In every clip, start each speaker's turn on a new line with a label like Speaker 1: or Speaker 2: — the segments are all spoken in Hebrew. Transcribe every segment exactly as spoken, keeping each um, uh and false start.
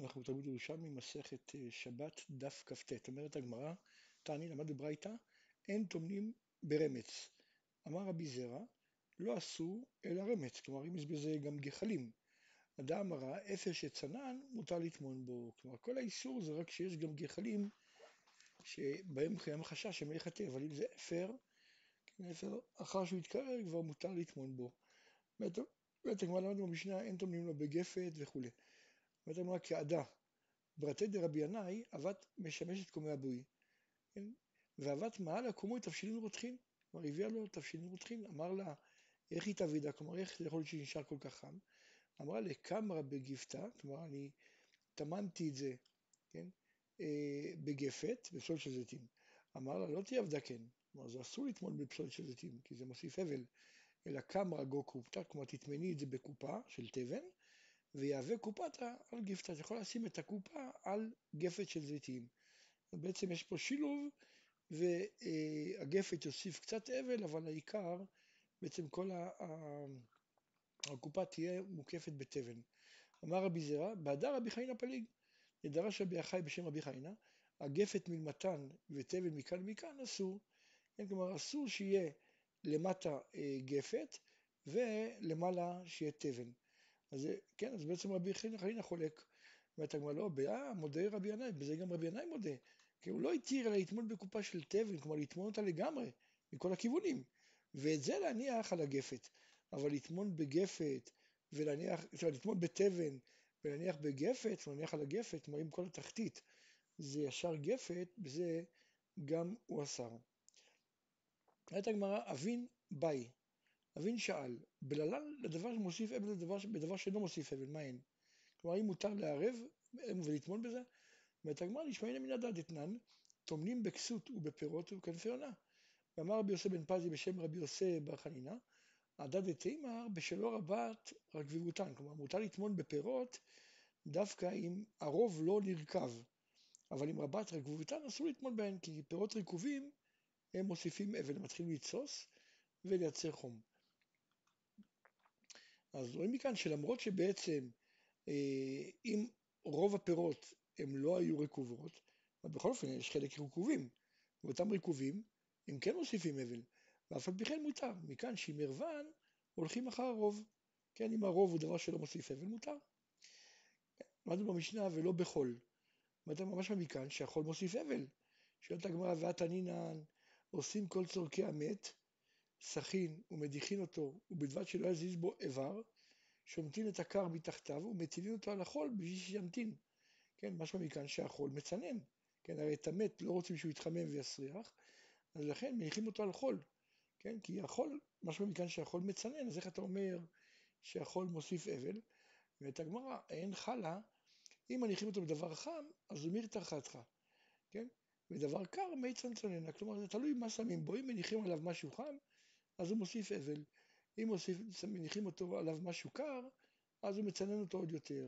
Speaker 1: אנחנו בתלמוד ירושלמי, מסכת אה, שבת, דף כ"ט. אומרת הגמרא, תעני למד ברייתא, אין טומנים ברמץ. אמר רבי זרע, לא אסור אלא רמץ, כלומר אם יש בזה גם גחלים. הדעה אמרה, אפר שצנן מותר לטמון בו. כלומר כל האיסור זה רק שיש גם גחלים שבהם קיים חשש שמא ייחטא, אבל אם זה אפר, כן, אפר אחר שהוא יתקרר כבר מותר לטמון בו. אומרת הגמרא, למדנו במשנה, אין טומנים לו בגפת וכולי. אומרת הגמרא, כעדה. ברתי דרבי ינאי, אבת משמשת קומי הבוי, כן? ואבת מעלה קומוי תבשילין רותחין, כלומר הביאה לו תבשילין רותחין, אמר לה, איך היא תבידה, כלומר איך זה יכול להיות שנשאר כל כך חם? אמרה לקמרא בגפתה, כלומר אני טמנתי את זה, כן? אה, בגפת, בפסולת של זיתים. אמר לה, לא תהיה עבדה כן, כלומר זה אסור לטמון בפסולת של זיתים, כי זה מוסיף הבל, אלא קמרא גו קופתא, כלומר תטמני את זה בקופה של תבן, ויהווה קופתה על גפתה, אתה יכול לשים את הקופה על גפת של זיתים. בעצם יש פה שילוב, והגפת יוסיף קצת אבל, אבל העיקר, בעצם כל הקופה תהיה מוקפת בתבן. אמר רבי זרע, בהדר רבי חיינה פליג, דרש רבי אחי בשם רבי חיינה, הגפת מלמתן ותבן מכאן ומכאן אסור. כן, כלומר אסור שיהיה למטה גפת ולמעלה שיהיה תבן. אז כן, אז בעצם רבי חנינא חולק, ואתה אומר לא, באה מודה רבי ינאי, בזה גם רבי ינאי מודה, כי הוא לא התיר אלא לטמון בקופה של תבן, כלומר לטמון אותה לגמרי, מכל הכיוונים, ואת זה להניח על הגפת, אבל לטמון בגפת, ולהניח, זאת אומרת, לטמון בתבן, ולהניח בגפת, ולהניח על הגפת, כלומר עם כל התחתית, זה ישר גפת, בזה גם הוא אסר. הייתה הגמרא, אבין ביי, אבין שאל, בללל לדבר שמוסיף אבל לדבר, בדבר שאינו מוסיף אבל, מה אין? כלומר, אם מותר לערב ולטמון בזה, ואת הגמרא נשמעים מן הדעת אתנן, טומנים בכסות ובפירות ובכנפי עונה. ואמר רבי יוסי בן פזי בשם רבי יוסי בר חנינא, הדד דתימר בשלו רבת רגביבותן, כלומר מותר לטמון בפירות דווקא אם הרוב לא נרקב, אבל אם רבת רגביבותן אסור לטמון בהן, כי פירות רקובים הם מוסיפים אבל, הם מתחילים לתסוס ולייצר חום. אז רואים מכאן שלמרות שבעצם אם רוב הפירות הם לא היו רקובות, אבל בכל אופן יש חלק רקובים, ואותם רקובים הם כן מוסיפים אבל, ואף על פי כן מותר, מכאן שאם ערוון הולכים אחר הרוב, כן, אם הרוב הוא דבר שלא מוסיף אבל מותר. למדנו במשנה ולא בחול, ואתה ממש מכאן שהחול מוסיף אבל, שואלת הגמרא ועתנינן עושים כל צורכי המת, סכין ומדיחין אותו, ובלבד שלא יזיז בו איבר, שומטין את הקר מתחתיו ומטילים אותו על החול בשביל שימתין. כן, משמע מכאן שהחול מצנן. כן, הרי את המת לא רוצים שהוא יתחמם ויסריח, אז לכן מניחים אותו על חול. כן, כי החול, משמע מכאן שהחול מצנן, אז איך אתה אומר שהחול מוסיף אבל? ואת הגמרא, אין חלה, אם מניחים אותו בדבר חם, אז הוא מירתא חתחא. כן, ודבר קר מי צנצננה, כלומר זה תלוי מה שמים בו, אם מניחים עליו משהו חם, אז הוא מוסיף אבל. אם מוסיף, מניחים אותו עליו משהו קר, אז הוא מצנן אותו עוד יותר.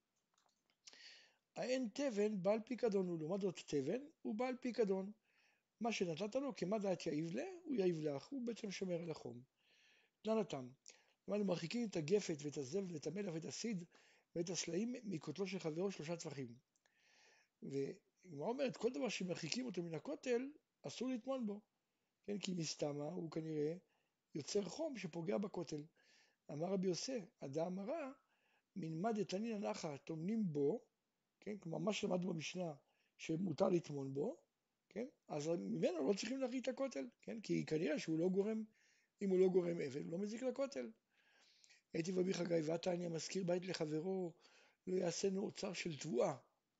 Speaker 1: האין תבן בעל פיקדון הוא, לעומת זאת תבן הוא בעל פיקדון. מה שנתת לו כמה דעת יעיב לה, הוא יעיב לך, הוא בעצם שומר על החום. תנן התם, אנחנו מרחיקים את הגפת ואת הזבל ואת המלח ואת הסיד ואת הסלעים מכותלו של חברו שלושה טפחים. והגמרא אומרת, כל דבר שמרחיקים אותו מן הכותל, אסור לטמון בו. כן, כי מסתמה הוא כנראה יוצר חום שפוגע בכותל. אמר רבי יוסי, הדעה אמרה, מנמד דתנינא נחה טומנים בו, כן, כלומר מה שלמדנו במשנה שמותר לטמון בו, כן, אז ממנו לא צריכים להרחיק את הכותל, כן, כי כנראה שהוא לא גורם, אם הוא לא גורם אבל, הוא לא מזיק לכותל. הייתי רבי חגי ועתניא מזכיר בית לחברו, לא יעשינו אוצר של תבואה.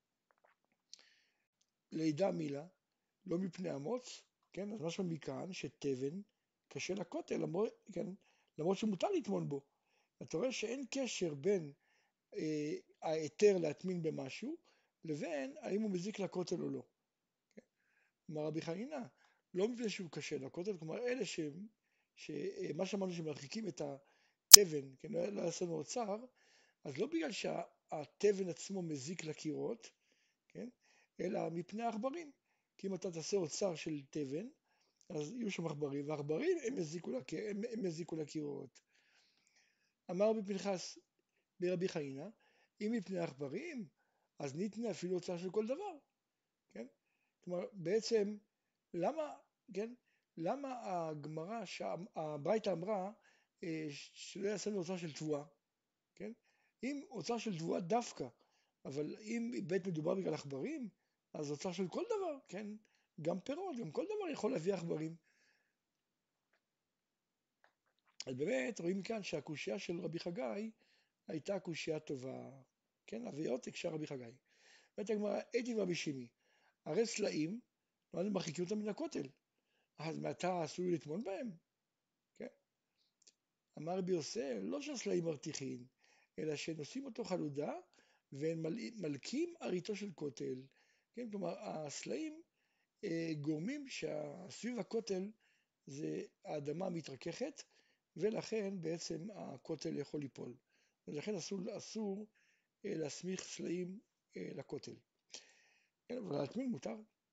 Speaker 1: לידע מילה, לא מפני המוץ, כן, אז משמע מכאן שתבן קשה לכותל, למרות, כן, למרות שמותר לטמון בו. אתה רואה שאין קשר בין אה, ההיתר להטמין במשהו, לבין האם הוא מזיק לכותל או לא. אמר רבי חנינא, לא מפני שהוא קשה לכותל, כלומר אלה ש... שמה שאמרנו שמרחיקים את התבן, כן, לא יעשה לנו אוצר, אז לא בגלל שהתבן עצמו מזיק לקירות, כן, אלא מפני העכברים, כי אם אתה תעשה אוצר של תבן, אז יהיו שם עכברים, והעכברים הם מזיקו, לק... הם... הם מזיקו לקירות. אמר רבי פנחס ברבי חנינא, אם מפני העכברים, אז ניתנה אפילו הוצאה של כל דבר, כן? כלומר, בעצם, למה, כן? למה הגמרא, הברייתא אמרה אה, שלא יעשה לנו הוצאה של תבואה, כן? אם הוצאה של תבואה דווקא, אבל אם בית מדובר בגלל עכברים, אז הוצאה של כל דבר, כן? גם פירות, גם כל דבר יכול להביא עכברים. אז באמת רואים כאן שהקושייה של רבי חגי הייתה קושייה טובה, כן? אבי עותק שר רבי חגי. אומרת הגמרא, היטיב רבי שימי, הרי סלעים, נועדו מרחיקים אותם מן הכותל, אז מעתה אסור לי לטמון בהם? כן? אמר רבי יוסף, לא שהסלעים מרתיחים, אלא שנושאים אותו חלודה, והם מלקים אריתו של כותל. כן? כלומר, הסלעים אה, גורמים שסביב הכותל זה האדמה מתרככת, ולכן בעצם הכותל יכול ליפול. ולכן אסור, אסור אה, להסמיך סלעים אה, לכותל. כן, אבל להטמין מותר.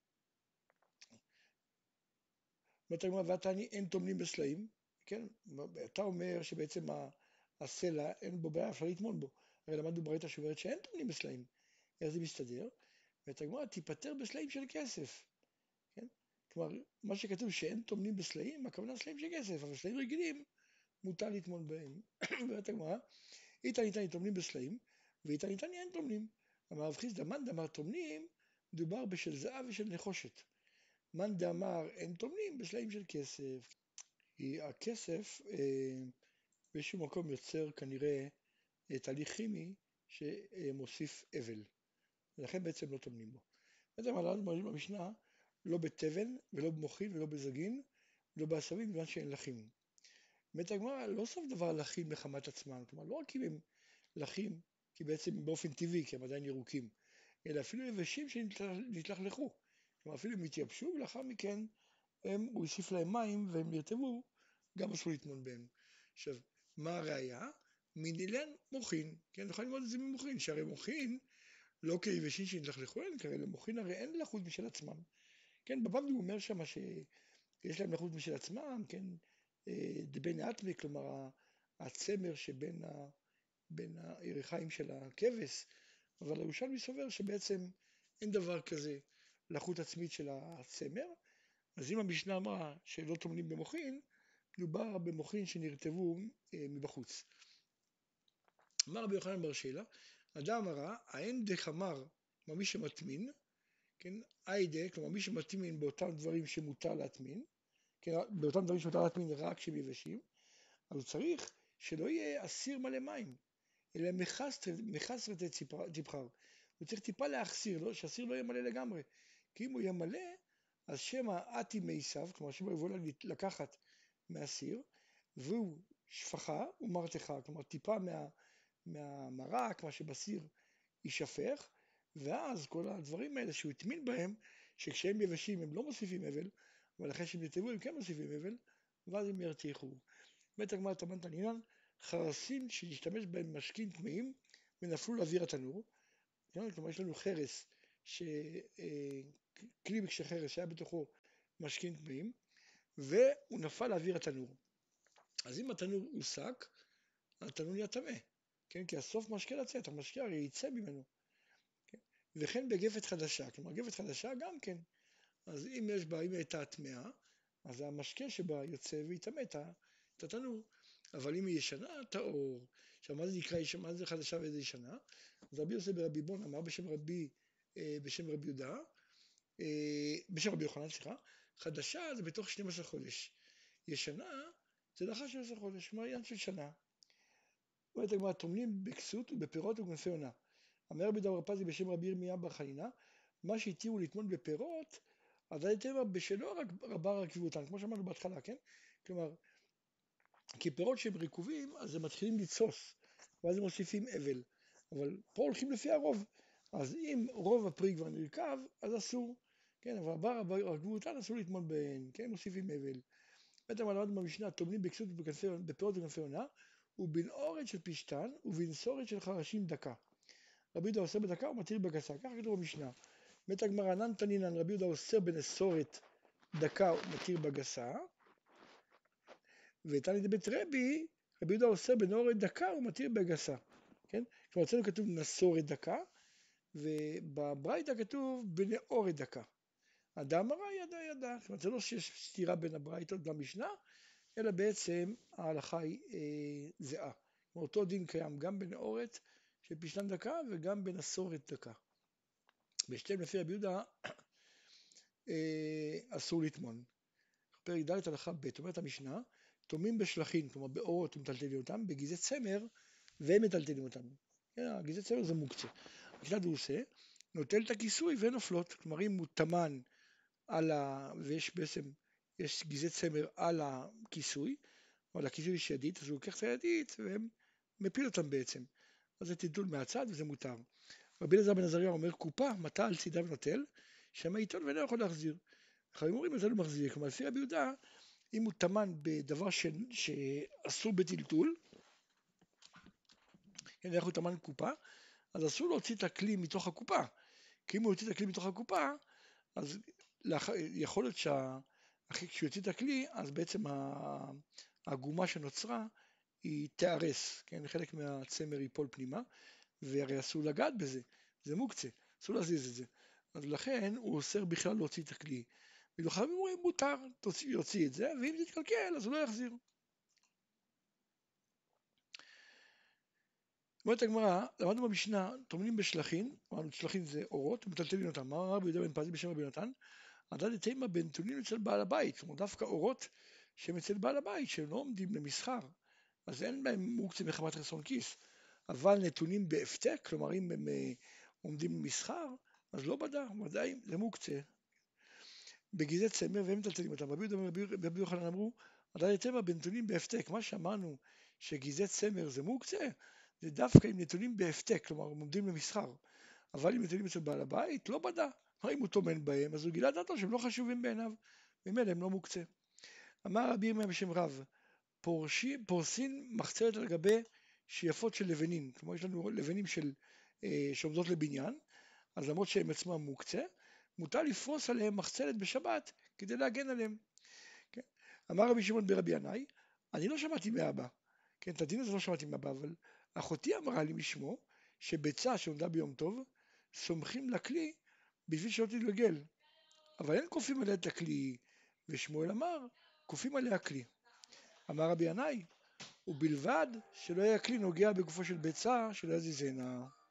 Speaker 1: אומרת הגמרא, ועתני אין טומנים בסלעים, כן? אתה אומר שבעצם הסלע אין בו בעיה, אפשר לטמון בו. הרי למדנו ברייתא שאומרת שאין טומנים בסלעים. איך זה מסתדר? ואת הגמרא תיפטר בסלעים של כסף. כן? כלומר, מה שכתוב שאין טומנים בסלעים, הכוונה סלעים של כסף, אבל סלעים רגילים מותר לטמון בהם. ואת הגמרא, איתא ניתני טומנים בסלעים, ואיתא ניתני אין טומנים. אמר רב חיסדא, מאן דאמר טומנים, מדובר בשל זהב ושל נחושת. מאן דאמר אין טומנים בסלעים של כסף. כי הכסף אה, באיזשהו מקום יוצר כנראה אה, תהליך כימי שמוסיף אבל, ולכן בעצם לא טומנים בו. בעצם עלינו במשנה, לא בתבן ולא במוחין ולא בזגין ולא בעשבים, בגלל שאין לחים. באמת הגמרא לא סוף דבר לחים מחמת עצמם, כלומר לא רק אם הם לחים, כי בעצם באופן טבעי, כי הם עדיין ירוקים, אלא אפילו יבשים שנתלכלכו, כלומר אפילו הם התייבשו ולאחר מכן הם, הוא הוסיף להם מים והם נרטבו, גם אסור לטמון בהם. עכשיו, מה הראיה? מנילן מוחין, כן, נוכל ללמוד את זה ממוחין, שהרי מוחין לא כיבשים שנתלכלכו, אין כאלה, מוחין הרי אין לחות משל עצמם. כן, בבבלי הוא אומר שם שיש להם לחות משל עצמם, כן, דבין אטמי, כלומר הצמר שבין ה, בין הירכיים של הכבש, אבל הירושלמי סובר שבעצם אין דבר כזה לחות עצמית של הצמר. אז אם המשנה אמרה שלא טומנים במוחין, מדובר במוחין שנרטבו אה, מבחוץ. אמר רבי יוחנן בר שילא, אדם אמרה, האין דחמר, כלומר מי שמטמין, כן, איידה, כלומר מי שמטמין באותם דברים שמותר להטמין, כן, באותם דברים שמותר להטמין רק שהם יבשים, אז הוא צריך שלא יהיה אסיר מלא מים, אלא מחסרת תבחר. הוא צריך טיפה להחסיר, לא, שהסיר לא יהיה מלא לגמרי, כי אם הוא יהיה מלא, אז שמא אתי מיסב, כלומר שמא יבוא לקחת מהסיר, והוא שפחה ומרתחה, כלומר טיפה מה, מהמרק, מה שבסיר יישפך, ואז כל הדברים האלה שהוא הטמין בהם, שכשהם יבשים הם לא מוסיפים אבל, אבל אחרי שהם נטבעו הם כן מוסיפים אבל, ואז הם ירתיחו. באמת הגמרא תמן תנינן, חרסים שנשתמש בהם משקים טמאים ונפלו לאוויר התנור, כלומר יש לנו חרס, כלי של חרס שהיה בתוכו משקים טמאים, והוא נפל לאוויר התנור. אז אם התנור הוסק, התנור נהיה טמא, כן? כי הסוף משקה לצאת, המשקה הרי יצא ממנו. כן? וכן בגפת חדשה, כלומר גפת חדשה גם כן. אז אם יש בה, אם היא הייתה טמאה, אז המשקה שבה יוצא ויטמא את התנור. אבל אם היא ישנה, טהור. עכשיו מה זה נקרא, מה זה חדשה ואיזה ישנה? אז רבי יוסף ברבי בון אמר בשם רבי, בשם רבי יהודה, בשם רבי יוחנן, סליחה, חדשה זה בתוך שנים עשר חודש. ישנה זה לאחר שנים עשר חודש, כלומר עניין של שנה. אומרת הגמרא, טומנים בכסות ובפירות ובכנפי עונה. אמר רבי דבר פזי בשם רבי ירמיה בר חנינא, מה שהתירו לטמון בפירות, אז הייתי אומר בשלו רק רבה רכבותן, כמו שאמרנו בהתחלה, כן? כלומר, כי פירות שהם רקובים, אז הם מתחילים לצוס, ואז הם מוסיפים אבל. אבל פה הולכים לפי הרוב. אז אם רוב הפרי כבר נרכב, אז אסור. כן, אבל רבה רכבותן אסור לטמון בהן, כן? מוסיפים אבל. בטח למדנו במשנה, טומנים בכסות בפירות וכנפי עונה, ובנעורת של פשתן ובנסורת של חרשים דקה. רבי יהודה אוסר בדקה ומתיר בגסה, ככה כתוב במשנה. מת הגמרא ענן תנינן, רבי יהודה אוסר בנסורת דקה ומתיר בגסה, ותניא דבית רבי, רבי יהודה אוסר בנעורת דקה ומתיר בגסה. כן? כלומר אצלנו כתוב נסורת דקה, ובברייתא כתוב בנאורת דקה. הדאמרה ידע ידע, זאת אומרת זה לא שיש סתירה בין הברייתות למשנה, אלא בעצם ההלכה היא אה, זהה. אותו דין קיים גם בנאורת של פשטן דקה וגם בנסורת דקה. בשתיהם לפי רבי יהודה אה, אסור לטמון. פרק ד' הלכה ב' אומרת המשנה, טומאים בשלחין, כלומר באורות מטלטלים אותם, בגזעי צמר והם מטלטלים אותם. גזעי צמר זה מוקצה. הכיצד הוא עושה? נוטל את הכיסוי והן נופלות. כלומר אם הוא טמן על ה... ויש בעצם, יש גזעי צמר על הכיסוי, או על הכיסוי יש ידית, אז הוא לוקח את הידית והם מפיל אותם בעצם. אז זה טלטול מהצד וזה מותר. רבי אלעזר בן עזריה אומר קופה, מטה על צידה ונוטל, שמא ייטול ואינו יכול להחזיר. חכמים אומרים זה לא מחזיר, כלומר לפי רבי יהודה, אם הוא טמן בדבר ש... שאסור בטלטול, כן, איך הוא טמן קופה, אז אסור להוציא את הכלי מתוך הקופה, כי אם הוא יוציא את הכלי מתוך הקופה, אז לאח... יכול להיות שכשהוא יוציא את הכלי, אז בעצם העגומה שנוצרה היא תיארס, כן, חלק מהצמר ייפול פנימה, והרי אסור לגעת בזה, זה מוקצה, אסור להזיז את זה. אז לכן הוא אוסר בכלל להוציא את הכלי. ולחכמים אומרים מותר, יוציא את זה, ואם זה יתקלקל אז הוא לא יחזיר. אומרת הגמרא, למדנו במשנה, טומנים בשלחין, אמרנו שלחין זה אורות, מטלטלים אותם. אמר רבי יהודה בן פזי בשם רבי נתן, עדה דתימה בנתונים אצל בעל הבית, כלומר דווקא אורות שהם אצל בעל הבית, שהם לא עומדים למסחר, אז אין בהם מוקצה מחמת חסרון כיס, אבל נתונים בהפתק, כלומר אם הם עומדים למסחר, אז לא בדה, ודאי זה מוקצה. בגזעי צמר והם מטלטלים אותם. רבי יהודה ורבי יוחנן אמרו, עדה דתימה בנתונים בהפתק. מה שאמרנו שגזעי צמר זה מוקצה, זה דווקא עם נתונים בהפתק, כלומר הם עומדים למסחר, אבל אם נתונים אצל בעל הבית, לא בדה. אם הוא טומן בהם, אז הוא גילה דעתו שהם לא חשובים בעיניו, ממילא הם לא מוקצה. אמר רבי ירמיה בשם רב, פורשים, פורסין מחצלת על גבי שייפות של לבנים, כלומר יש לנו לבנים של, אה, שעומדות לבניין, אז למרות שהם עצמם מוקצה, מותר לפרוס עליהם מחצלת בשבת כדי להגן עליהם. כן? אמר רבי שמעון ברבי ינאי, אני לא שמעתי מאבא, כן, את הדין הזה לא שמעתי מאבא, אבל אחותי אמרה לי משמו, שביצה שעומדה ביום טוב, סומכים לכלי בשביל שלא תתגלגל, אבל אין כופים עליה את הכלי, ושמואל אמר, כופים עליה הכלי. אמר רבי ינאי, ובלבד שלא יהיה הכלי נוגע בגופו של ביצה, שלא יזיזנה.